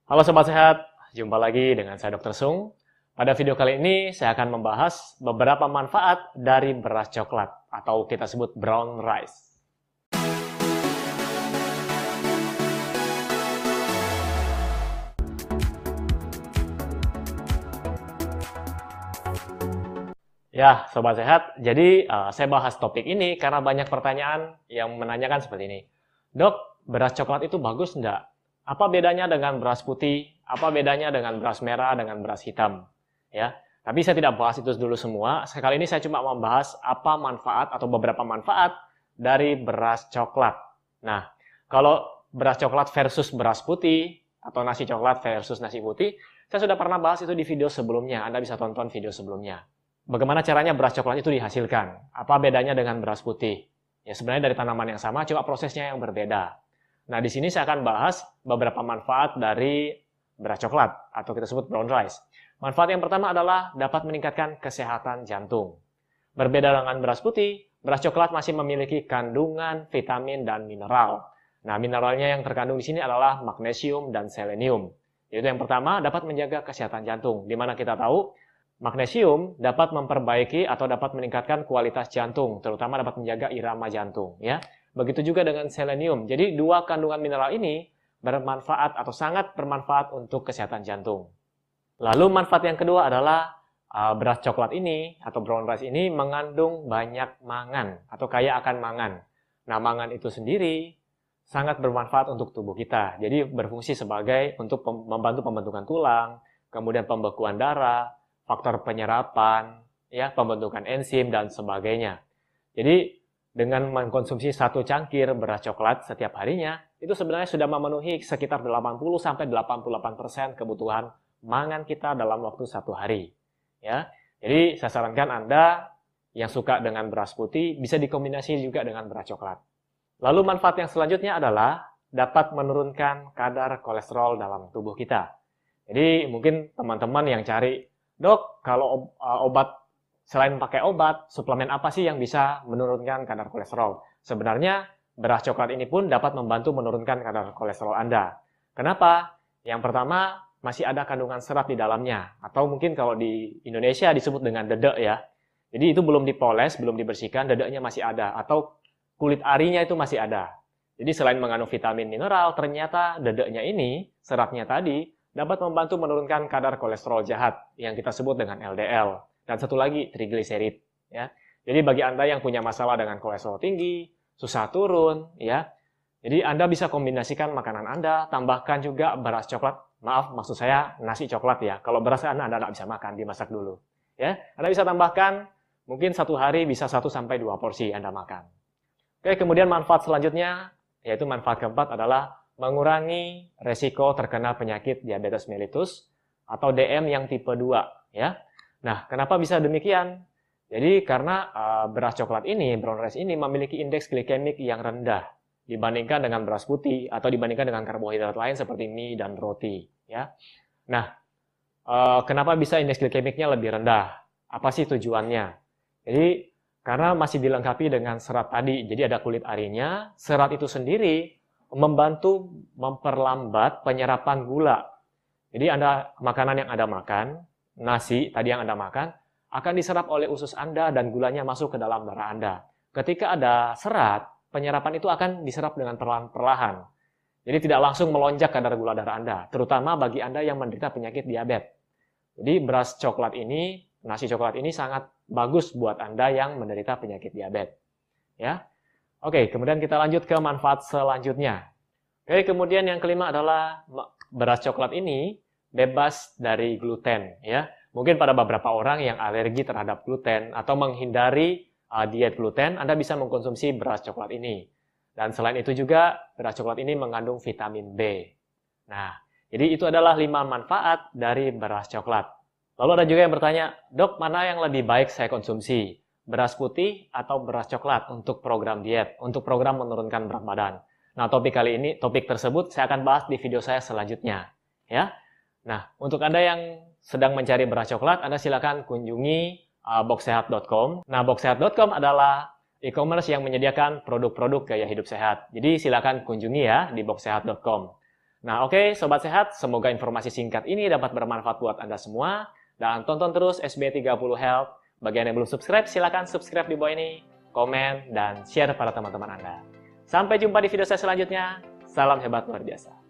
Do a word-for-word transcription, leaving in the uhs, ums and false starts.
Halo Sobat Sehat, jumpa lagi dengan saya dokter Sung. Pada video kali ini saya akan membahas beberapa manfaat dari beras coklat atau kita sebut brown rice. Ya, Sobat Sehat, jadi uh, saya bahas topik ini karena banyak pertanyaan yang menanyakan seperti ini. Dok, beras coklat itu bagus enggak? Apa bedanya dengan beras putih? Apa bedanya dengan beras merah, dengan beras hitam? Ya, tapi saya tidak bahas itu dulu semua. Sekali ini saya cuma membahas apa manfaat atau beberapa manfaat dari beras coklat. Nah, kalau beras coklat versus beras putih atau nasi coklat versus nasi putih, saya sudah pernah bahas itu di video sebelumnya. Anda bisa tonton video sebelumnya. Bagaimana caranya beras coklat itu dihasilkan? Apa bedanya dengan beras putih? Ya, sebenarnya dari tanaman yang sama, cuma prosesnya yang berbeda. Nah, di sini saya akan bahas beberapa manfaat dari beras coklat atau kita sebut brown rice. Manfaat yang pertama adalah dapat meningkatkan kesehatan jantung. Berbeda dengan beras putih, beras coklat masih memiliki kandungan vitamin dan mineral. Nah, mineralnya yang terkandung di sini adalah magnesium dan selenium. Yaitu yang pertama, dapat menjaga kesehatan jantung. Di mana kita tahu magnesium dapat memperbaiki atau dapat meningkatkan kualitas jantung, terutama dapat menjaga irama jantung, ya. Begitu juga dengan selenium. Jadi dua kandungan mineral ini bermanfaat atau sangat bermanfaat untuk kesehatan jantung. Lalu manfaat yang kedua adalah uh, beras coklat ini atau brown rice ini mengandung banyak mangan atau kaya akan mangan. Nah, mangan itu sendiri sangat bermanfaat untuk tubuh kita. Jadi berfungsi sebagai untuk membantu pembentukan tulang, kemudian pembekuan darah, faktor penyerapan, ya, pembentukan enzim dan sebagainya. Jadi dengan mengkonsumsi satu cangkir beras coklat setiap harinya, itu sebenarnya sudah memenuhi sekitar delapan puluh sampai delapan puluh delapan persen kebutuhan mangan kita dalam waktu satu hari. Ya, jadi saya sarankan Anda yang suka dengan beras putih bisa dikombinasi juga dengan beras coklat. Lalu manfaat yang selanjutnya adalah dapat menurunkan kadar kolesterol dalam tubuh kita. Jadi mungkin teman-teman yang cari, Dok, kalau obat selain pakai obat, suplemen apa sih yang bisa menurunkan kadar kolesterol? Sebenarnya beras coklat ini pun dapat membantu menurunkan kadar kolesterol Anda. Kenapa? Yang pertama, masih ada kandungan serat di dalamnya. Atau mungkin kalau di Indonesia disebut dengan dedek ya. Jadi itu belum dipoles, belum dibersihkan, dedeknya masih ada. Atau kulit arinya itu masih ada. Jadi selain mengandung vitamin mineral, ternyata dedeknya ini, seratnya tadi, dapat membantu menurunkan kadar kolesterol jahat yang kita sebut dengan L D L. Dan satu lagi, trigliserid. Ya. Jadi bagi Anda yang punya masalah dengan kolesterol tinggi, susah turun, ya. Jadi Anda bisa kombinasikan makanan Anda, tambahkan juga beras coklat. Maaf, maksud saya nasi coklat ya. Kalau beras Anda, Anda tidak bisa makan, dimasak dulu. Ya. Anda bisa tambahkan, mungkin satu hari bisa satu sampai dua porsi Anda makan. Oke, kemudian manfaat selanjutnya, yaitu manfaat keempat adalah mengurangi resiko terkena penyakit diabetes mellitus atau D M yang tipe dua, ya. Nah, kenapa bisa demikian? Jadi karena uh, beras coklat ini, brown rice ini memiliki indeks glikemik yang rendah dibandingkan dengan beras putih atau dibandingkan dengan karbohidrat lain seperti mie dan roti, ya. Nah, uh, kenapa bisa indeks glikemiknya lebih rendah? Apa sih tujuannya? Jadi karena masih dilengkapi dengan serat tadi. Jadi ada kulit arinya, serat itu sendiri membantu memperlambat penyerapan gula. Jadi Anda makanan yang Anda makan, nasi tadi yang Anda makan, akan diserap oleh usus Anda dan gulanya masuk ke dalam darah Anda. Ketika ada serat, penyerapan itu akan diserap dengan perlahan-perlahan. Jadi tidak langsung melonjak kadar gula darah Anda, terutama bagi Anda yang menderita penyakit diabetes. Jadi beras coklat ini, nasi coklat ini sangat bagus buat Anda yang menderita penyakit diabetes. Ya. Oke, kemudian kita lanjut ke manfaat selanjutnya. Oke, kemudian yang kelima adalah beras coklat ini bebas dari gluten, ya. Mungkin pada beberapa orang yang alergi terhadap gluten atau menghindari uh, diet gluten, Anda bisa mengkonsumsi beras coklat ini. Dan selain itu juga beras coklat ini mengandung vitamin B. Nah, jadi itu adalah lima manfaat dari beras coklat. Lalu ada juga yang bertanya, Dok, mana yang lebih baik saya konsumsi? Beras putih atau beras coklat untuk program diet, untuk program menurunkan berat badan. Nah, topik kali ini, topik tersebut saya akan bahas di video saya selanjutnya, ya. Nah, untuk Anda yang sedang mencari beras coklat, Anda silakan kunjungi uh, boxsehat dot com. Nah, boxsehat dot com adalah e-commerce yang menyediakan produk-produk gaya hidup sehat. Jadi silakan kunjungi ya di boxsehat dot com. Nah, oke, Sobat Sehat, semoga informasi singkat ini dapat bermanfaat buat Anda semua. Dan tonton terus S B tiga puluh Health. Bagi Anda yang belum subscribe, silakan subscribe di bawah ini, komen, dan share pada teman-teman Anda. Sampai jumpa di video saya selanjutnya. Salam hebat luar biasa.